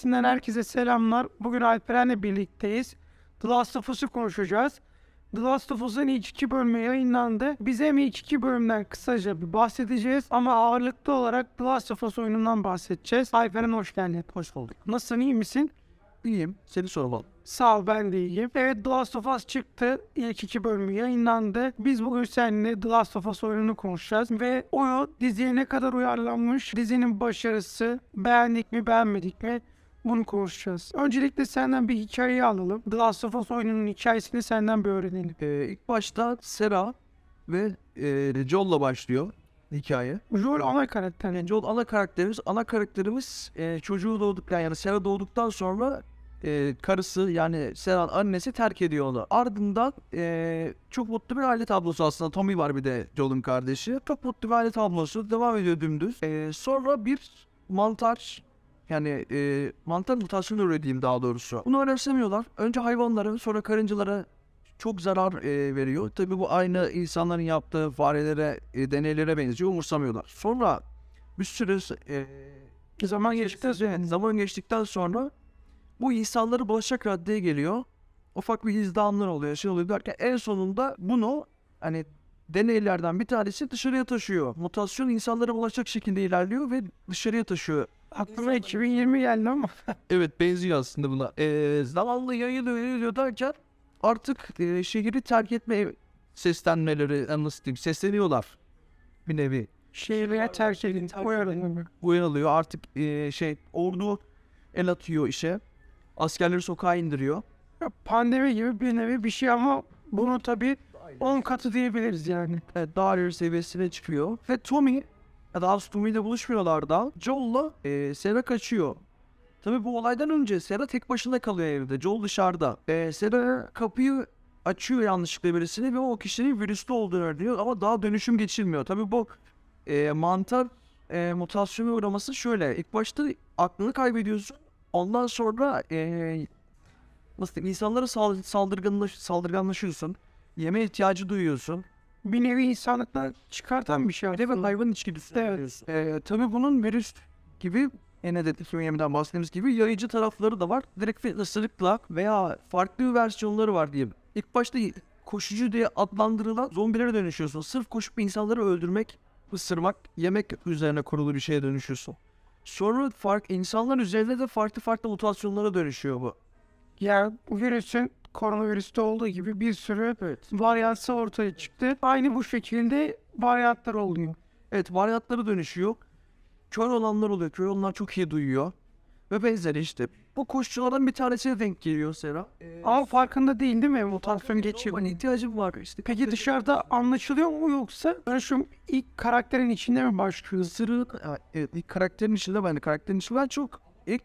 ailesinden herkese selamlar. Bugün Alperen'le birlikteyiz. The Last of Us'u konuşacağız. The Last of Us'un ilk 2 bölümü yayınlandı. Biz hem ilk 2 bölümden kısaca bir bahsedeceğiz ama ağırlıklı olarak The Last of Us oyunundan bahsedeceğiz. Alperen hoş geldin. Hoş bulduk. Nasılsın, iyi misin? İyiyim. Seni soralım. Sağ ol, ben de iyiyim. Evet, The Last of Us çıktı. İlk 2 bölümü yayınlandı. Biz bugün seninle The Last of Us oyununu konuşacağız. Ve oyun diziye ne kadar uyarlanmış, dizinin başarısı, beğendik mi beğenmedik mi bunu konuşacağız. Öncelikle senden bir hikayeyi alalım. The Last of Us oyununun hikayesini senden bir öğrenelim. İlk başta Sera ve Joel'la başlıyor hikaye. Joel ana karakter. Yani Joel ana karakterimiz çocuğu doğduktan yani Sera doğduktan sonra karısı yani Sera'nın annesi terk ediyor onu. Ardından çok mutlu bir aile tablosu aslında. Tommy var bir de Joel'un kardeşi. Çok mutlu bir aile tablosu devam ediyor dümdüz. Sonra bir mantar yani mantar mutasyonu ürediğim daha doğrusu. Bunu önemsemiyorlar. Önce hayvanlara sonra karıncalara çok zarar veriyor. Tabii bu aynı insanların yaptığı farelere, deneylere benziyor. Umursamıyorlar. Sonra bir süre zaman geçtikten sonra bu insanları bulaşacak raddeye geliyor. Ufak bir izdihamlar oluyor. Şey oluyor derken en sonunda bunu hani deneylerden bir tanesi dışarıya taşıyor. Mutasyon insanlara bulaşacak şekilde ilerliyor ve dışarıya taşıyor. Aklıma 2020 geldi ama. Evet, benziyor aslında buna. Zamanla yayılıyor derken artık şehri terk etme seslenmeleri, nasıl diyeyim, sesleniyorlar bir nevi. Şehirliğe terk edin. Uyarın. Uyanılıyor artık, ordu el atıyor işe. Askerleri sokağa indiriyor. Pandemi gibi bir nevi bir şey ama bunu tabii 10 katı diyebiliriz yani. Evet, daha ileri seviyesine çıkıyor. Ve Tommy, ya da Tommy ile buluşmuyorlar da Joel'la Sarah kaçıyor. Tabii bu olaydan önce Sarah tek başına kalıyor evde. Joel dışarıda. Sarah kapıyı açıyor yanlışlıkla birisine ve o kişinin virüslü olduğunu öğreniyor ama daha dönüşüm geçilmiyor. Tabii bu mantar mutasyona uğraması şöyle. İlk başta aklını kaybediyorsun. Ondan sonra nasıl diyeyim, insanlara saldırganlaşıyorsun. Yeme ihtiyacı duyuyorsun. Bir nevi insanlıktan çıkartan bir şey Bir de aslında. hayvan içgüdüsü Evet. diyorsun. Tabii bunun virüs gibi yemeden bahsettiğimiz gibi yayıcı tarafları da var. Direkt bir ısırıkla veya farklı versiyonları var diyeyim. İlk başta koşucu diye adlandırılan zombilere dönüşüyorsun. Sırf koşup insanları öldürmek, ısırmak, yemek üzerine kurulu bir şeye dönüşüyorsun. Sonra insanlar üzerinde de farklı mutasyonlara dönüşüyor bu. Yani bu virüsün koronavirüste olduğu gibi bir sürü varyantı ortaya çıktı. Aynı bu şekilde varyantlar oluyor. Evet, varyantlara dönüşüyor. Kör olanlar oluyor. Kör olanlar çok iyi duyuyor. Ve benzeri işte. Bu koşuculardan bir tanesine denk geliyor Sera. Ama farkında değil mi mutasyon geçiyor? Hani ihtiyacım var işte. Peki dışarıda anlaşılıyor mu yoksa dönüşüm ilk karakterin içinde mi başlıyor? Evet, ilk karakterin içinde ben çok ilk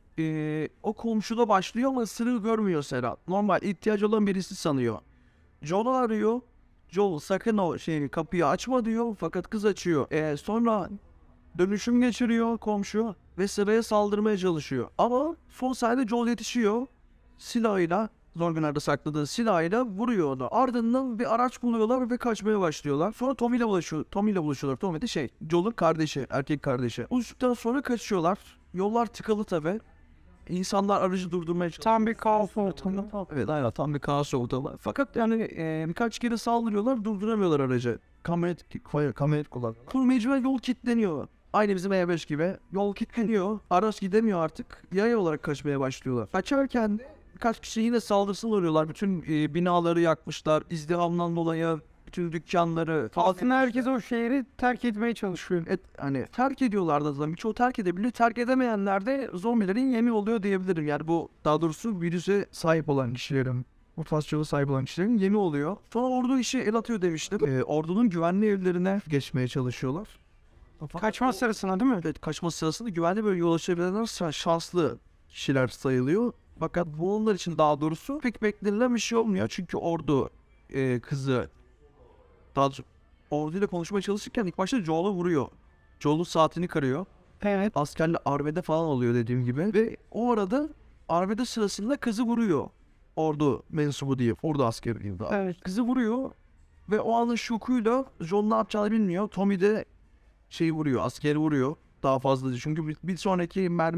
o komşuda başlıyor ama ısırığı görmüyor Sera. Normal ihtiyacı olan birisi sanıyor. Joel'u arıyor. Joel sakın o kapıyı açma diyor fakat kız açıyor. Sonra dönüşüm geçiriyor komşu ve Sera'ya saldırmaya çalışıyor. Ama son sayede Joel yetişiyor. Silahıyla, zor günlerde sakladığı silahıyla vuruyor onu. Ardından bir araç buluyorlar ve kaçmaya başlıyorlar. Sonra Tommy ile buluşuyorlar. Tommy de Joel'ın kardeşi, erkek kardeşi. Buluştuktan sonra kaçıyorlar. Yollar tıkalı tabi. İnsanlar aracı durdurmaya çalışıyor. Tam bir kaos ortamı. Evet, aynen, tam bir kaos ortamı. Fakat yani birkaç kere saldırıyorlar, durduramıyorlar aracı. Kamera kullanıyorlar. Sonra mecburen yol kilitleniyor. Aynı bizim E5 gibi. Yol kilitleniyor. Araç gidemiyor artık. Yaya olarak kaçmaya başlıyorlar. Kaçarken de birkaç kişi yine saldırısına uğruyorlar. Bütün binaları yakmışlar. İzdihamdan dolayı bütün dükkanları. Aslında herkes o şehri terk etmeye çalışıyor. Hani terk ediyorlar da zaten. Birçoğu terk edebiliyor. Terk edemeyenler de zombilerin yemi oluyor diyebilirim. Yani bu daha doğrusu virüse sahip olan kişilerin, mutasyona sahip olan kişilerin yemi oluyor. Sonra ordu işi el atıyor demiştim. Ordunun güvenli evlerine geçmeye çalışıyorlar. Kaçma sırasına değil mi? Evet, kaçma sırasında güvenli bölgeye ulaşabilenler şanslı kişiler sayılıyor. Fakat bunlar için daha doğrusu pek beklenilen bir şey olmuyor. Çünkü ordu kızı daha orduyla konuşmaya çalışırken ilk başta Joel'u vuruyor. Joel'un saatini karıyor. Evet. Askerle arbede falan oluyor dediğim gibi. Ve o arada arbede sırasında kızı vuruyor. Ordu mensubu diye. Ordu askeri diyeyim daha. Evet. Kızı vuruyor. Ve o anın şokuyla Joel ne yapacağını bilmiyor. Tommy de vuruyor. Askeri vuruyor. Daha fazla. Çünkü bir sonraki mermi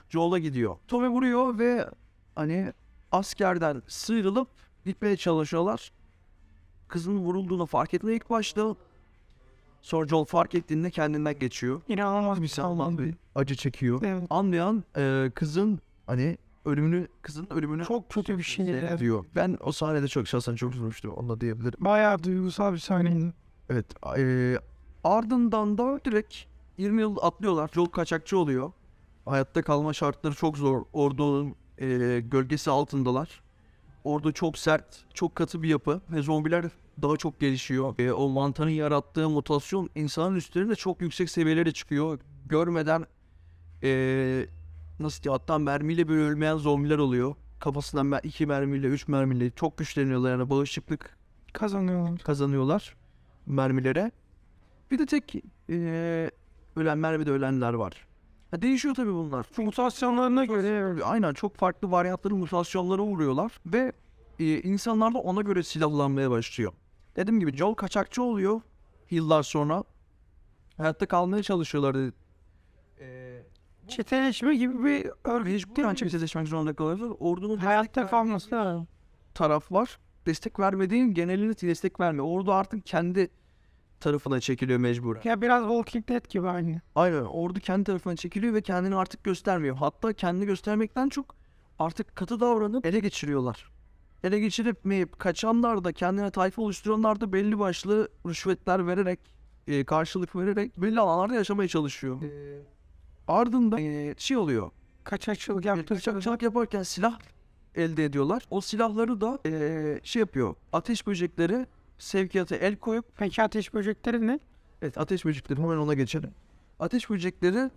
Joel'a gidiyor. Tommy vuruyor ve hani askerden sıyrılıp gitmeye çalışıyorlar. Kızın vurulduğunu fark etmiyor ilk başta. Sonra Joel fark ettiğinde kendinden geçiyor. İnanılmaz bir Bir sahne. acı çekiyor. Evet. Anlayan kızın hani kızın ölümünü Çok kötü bir şey. diyor. Ben o sahnede şahsen çok üzülmüştüm. Onu da diyebilirim. Bayağı duygusal bir sahneydi. Evet. Ardından da direkt 20 yıl atlıyorlar. Joel kaçakçı oluyor. Hayatta kalma şartları çok zor. Ordunun gölgesi altındalar. Orada çok sert, çok katı bir yapı ve zombiler daha çok gelişiyor. O mantarın yarattığı mutasyon insanın üstlerinde çok yüksek seviyelere çıkıyor. Görmeden nasıl diyeyim, hatta mermiyle böyle ölmeyen zombiler oluyor. Kafasından 2 mermiyle 3 mermiyle çok güçleniyorlar, yani bağışıklık Kazanıyorlar. kazanıyorlar mermilere. Bir de tek ölen mermide ölenler var. Ha, değişiyor tabii bunlar. Mutasyonlarına göre Aynen, çok farklı varyantların mutasyonlara uğruyorlar ve insanlar da ona göre silahlanmaya başlıyor. Dediğim gibi Joel kaçakçı oluyor yıllar sonra. Hayatta kalmaya çalışıyorlar. çeteleşme gibi bir örgüt değil Mecburen mi? çeteleşmek zorunda kalıyorlar. Ordunun Hayatta kalması lazım. taraf var. Destek vermediğin genelini destek vermiyor. Ordu artık kendi tarafına çekiliyor mecburen. Ya biraz Walking Dead gibi aynı. Aynen, ordu kendi tarafına çekiliyor ve kendini artık göstermiyor. Hatta kendini göstermekten çok artık katı davranıp ele geçiriyorlar. Ele geçirip kaçanlar da, kendine tayfa oluşturanlar da belli başlı rüşvetler vererek, karşılık vererek belli alanlarda yaşamaya çalışıyor. Ardından şey oluyor. Kaçakçılık yaptığı Kaçakçılık yaparken silah elde ediyorlar. O silahları da şey yapıyor. Ateş böcekleri sevkiyata el koyup, Peki ateş böcekleri ne? evet, ateş böcekleri, hemen ona geçelim. Ateş böcekleri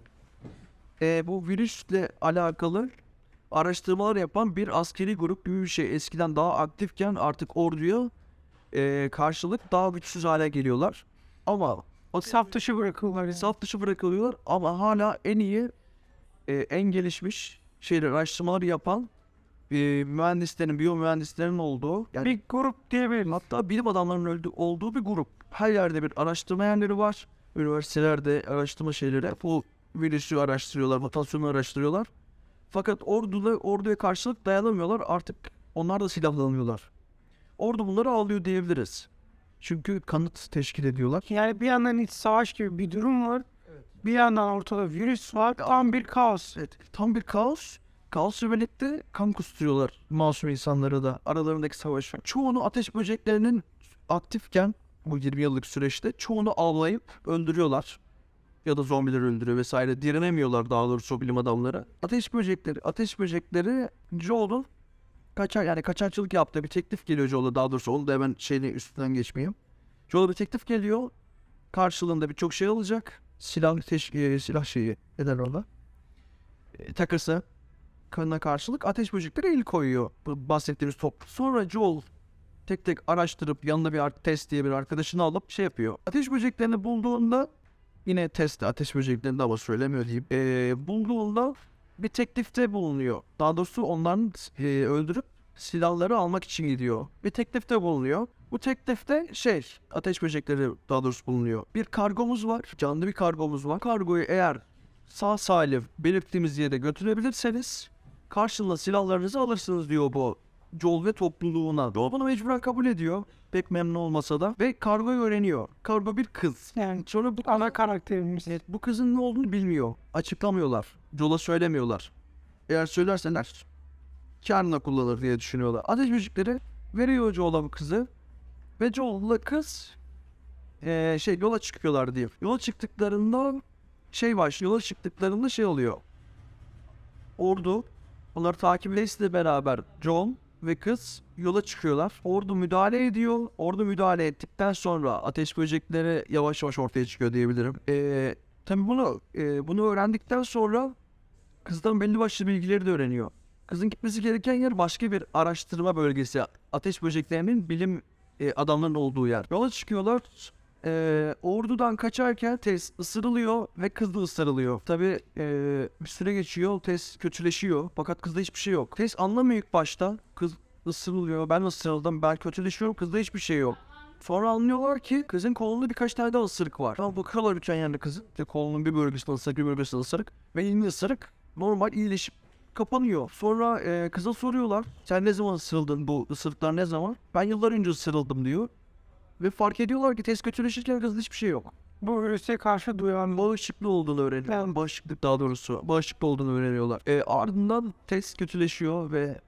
bu virüsle alakalı araştırmalar yapan bir askeri grup gibi bir şey. Eskiden daha aktifken artık orduya karşılık daha güçsüz hale geliyorlar. Ama o Saf dışı bırakıyorlar. Yani. saf dışı bırakılıyorlar ama hala en iyi, en gelişmiş araştırmaları yapan mühendislerin, biyomühendislerin olduğu, yani Bir grup diyebiliriz. hatta bilim adamlarının olduğu bir grup. Her yerde bir araştırma yerleri var. Üniversitelerde araştırma şeyleri. Bu virüsü araştırıyorlar, mutasyonu araştırıyorlar. Fakat orduya karşılık dayanamıyorlar. Artık onlar da silahlanıyorlar. Ordu bunları alıyor diyebiliriz. Çünkü kanıt teşkil ediyorlar. Yani bir yandan iç savaş gibi bir durum var. Bir yandan ortada virüs var. Tam bir kaos. Evet, tam bir kaos. Kaosla birlikte kan kusturuyorlar masum insanları da. Aralarındaki savaş. Çoğunu ateş böceklerinin aktifken bu 20 yıllık süreçte çoğunu avlayıp öldürüyorlar. Ya da zombiler öldürüyor vesaire. Direnemiyorlar daha doğrusu bilim adamları. Ateş böcekleri Joel'un kaçakçılık yaptığı bir teklif geliyor Joel'a, daha doğrusu onu da hemen üstünden geçmeyeyim. Joel'a bir teklif geliyor. Karşılığında birçok şey alacak. Silah neden orada? Takısı. Kanına karşılık ateş böcekleri el koyuyor. Bu bahsettiğimiz top. Sonra Joel tek tek araştırıp yanında bir test diye bir arkadaşını alıp yapıyor. Ateş böceklerini bulduğunda, yine testte ateş böceklerini ama söylemiyor diyeyim. Bulduğunda bir teklifte bulunuyor. Daha doğrusu onların öldürüp silahları almak için gidiyor. Bir teklifte bulunuyor. Bu teklifte ateş böcekleri daha doğrusu bulunuyor. Bir kargomuz var. Canlı bir kargomuz var. Kargoyu eğer sağ salim belirttiğimiz yere götürebilirseniz karşılığında silahlarınızı alırsınız diyor bu Joel ve topluluğuna. Joel bunu mecburen kabul ediyor. Pek memnun olmasa da. Ve kargoyu öğreniyor. Kargo bir kız. Yani Sonra bu ana karakterimiz. Evet, bu kızın ne olduğunu bilmiyor. Açıklamıyorlar. Joel'a söylemiyorlar. Eğer söylerseler kârına kullanır diye düşünüyorlar. Ateş böcekleri veriyor Joel'a bu kızı. Ve Joel'la kız yola çıkıyorlar diye. Yola çıktıklarında oluyor. Ordu onları takip ederse beraber Joel ve kız yola çıkıyorlar. Ordu müdahale ediyor. Ordu müdahale ettikten sonra ateş böcekleri yavaş yavaş ortaya çıkıyor diyebilirim. Tabii bunu öğrendikten sonra kızdan belli başlı bilgileri de öğreniyor. Kızın gitmesi gereken yer başka bir araştırma bölgesi. Ateş böceklerinin bilim adamlarının olduğu yer. Yola çıkıyorlar. Ordudan kaçarken Tess ısırılıyor ve kız da ısırılıyor. Tabii bir süre geçiyor, Tess kötüleşiyor fakat kızda hiçbir şey yok. Tess anlamıyor ilk başta, kız ısırılıyor, ben ısırıldım, ben kötüleşiyorum, kızda hiçbir şey yok. Sonra anlıyorlar ki kızın kolunda birkaç tane daha ısırık var. Bakıyorlar lütfen, yani kızın kolunun bir bölgesinde ısırık, bir bölgesinde ısırık ve ilmi ısırık normal iyileşip kapanıyor. Sonra kıza soruyorlar. Sen ne zaman ısırıldın? Bu ısırıklar ne zaman? Ben yıllar önce ısırıldım diyor. Ve fark ediyorlar ki test kötüleşirken kızda hiçbir şey yok. Bu virüse karşı duyarlı. Bağışıklı olduğunu öğreniyorlar. Evet. Bağışıklık daha doğrusu. Bağışıklı olduğunu öğreniyorlar. Ardından test kötüleşiyor ve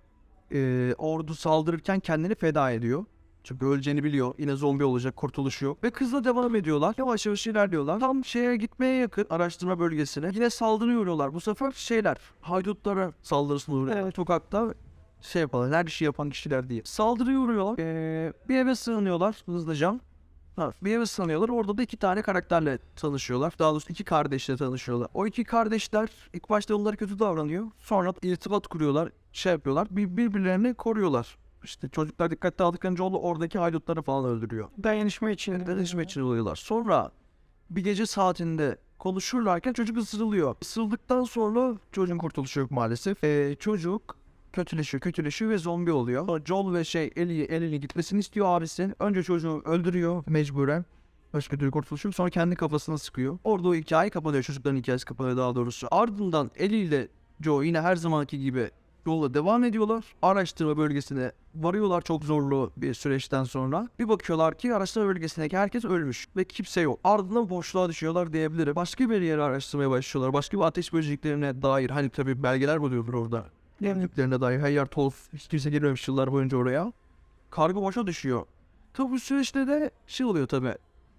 ordu saldırırken kendini feda ediyor. Çünkü öleceğini biliyor. Yine zombi olacak, kurtuluş yok. Ve kızla devam ediyorlar. Yavaş yavaş ilerliyorlar. Tam şeye gitmeye yakın araştırma bölgesine. Yine saldırı uğruyorlar. Bu sefer haydutlara saldırısına uğruyorlar. Evet. Sokakta yapalım. Her işi yapan kişiler diye. Saldırıya uğruyorlar. Bir eve sığınıyorlar hızlıca. Bir eve sığınıyorlar. Orada da iki tane karakterle tanışıyorlar. Daha doğrusu iki kardeşle tanışıyorlar. O iki kardeşler ilk başta onlara kötü davranıyor. Sonra irtibat kuruyorlar. Yapıyorlar. Birbirlerini koruyorlar. İşte çocuklar dikkatli aldıklarında Joel oradaki haydutları falan öldürüyor. Dayanışma için. Dayanışma için oluyorlar. Sonra bir gece saatinde konuşurlarken çocuk ısırılıyor. Isırıldıktan sonra çocuğun kurtuluşu yok maalesef. Çocuk kötüleşiyor ve zombi oluyor. Sonra Joel ve Ellie'ye gitmesini istiyor abisi. Önce çocuğu öldürüyor mecburen. Başka türlü kurtuluşu yok. Sonra kendi kafasına sıkıyor. Orada o hikaye kapanıyor. Çocukların hikayesi kapanıyor daha doğrusu. Ardından Ellie ile Joe yine her zamanki gibi yola devam ediyorlar. Araştırma bölgesine varıyorlar çok zorlu bir süreçten sonra. Bir bakıyorlar ki araştırma bölgesindeki herkes ölmüş ve kimse yok. Ardından boşluğa düşüyorlar diyebilirim. Başka bir yere araştırmaya başlıyorlar. Başka bir ateş böceklerine dair hani tabii belgeler buluyordur orada. Böceklerine dair her yer toz. Hiç kimse girmemiş yıllar boyunca oraya. Kargo boşa düşüyor. Tabii bu süreçte de oluyor tabii.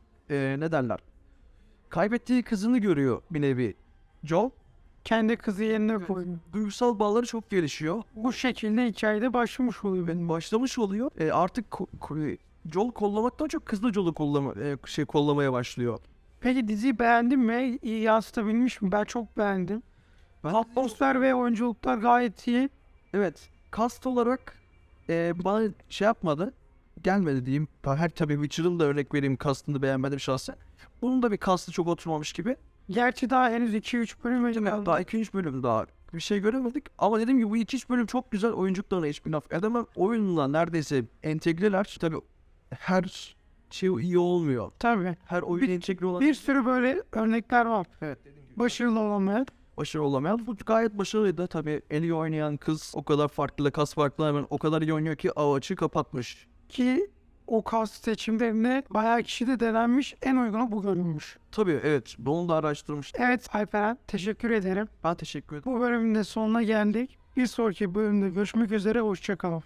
Ne derler? Kaybettiği kızını görüyor bir nevi. Joel. Kendi kızı yerine koyuyor. Duygusal bağları çok gelişiyor. Bu şekilde hikayede başlamış oluyor benim. Başlamış oluyor. Artık Joel kollamaktan çok kızla Joel'u kollamaya başlıyor. Peki diziyi beğendin mi? İyi yansıtabilmiş mi? Ben çok beğendim. Atmosfer ve oyunculuklar gayet iyi. Evet. Cast olarak bana yapmadı. Gelmedi diyeyim. Tabii Witcher'ın da örnek vereyim. Cast'ını beğenmedim şahsen. Bunun da bir cast'ı çok oturmamış gibi. Gerçi daha henüz 2-3 bölüm kaldı. Daha 2-3 bölüm daha bir şey göremedik. Ama dediğim gibi bu 2-3 bölüm çok güzel. Oyunculuklarına hiçbir laf edemem. Oyunla neredeyse entegreler. Tabii her şey iyi olmuyor. Tabii. Her oyun entegre olan Bir sürü böyle örnekler var. evet, dediğim gibi Başarılı olamayan. başarılı olamayan. Bu gayet başarılıydı. Tabii Ellie oynayan kız o kadar farklı, kas farklı hemen o kadar iyi oynuyor ki açığı kapatmış. Ki o cast seçimlerine bayağı kişi de denenmiş. En uygunu bu görünmüş. Tabii evet. Bunu da araştırmış. Evet Alperen, teşekkür ederim. Ben teşekkür ederim. Bu bölümün de sonuna geldik. Bir sonraki bölümde görüşmek üzere. Hoşçakalın.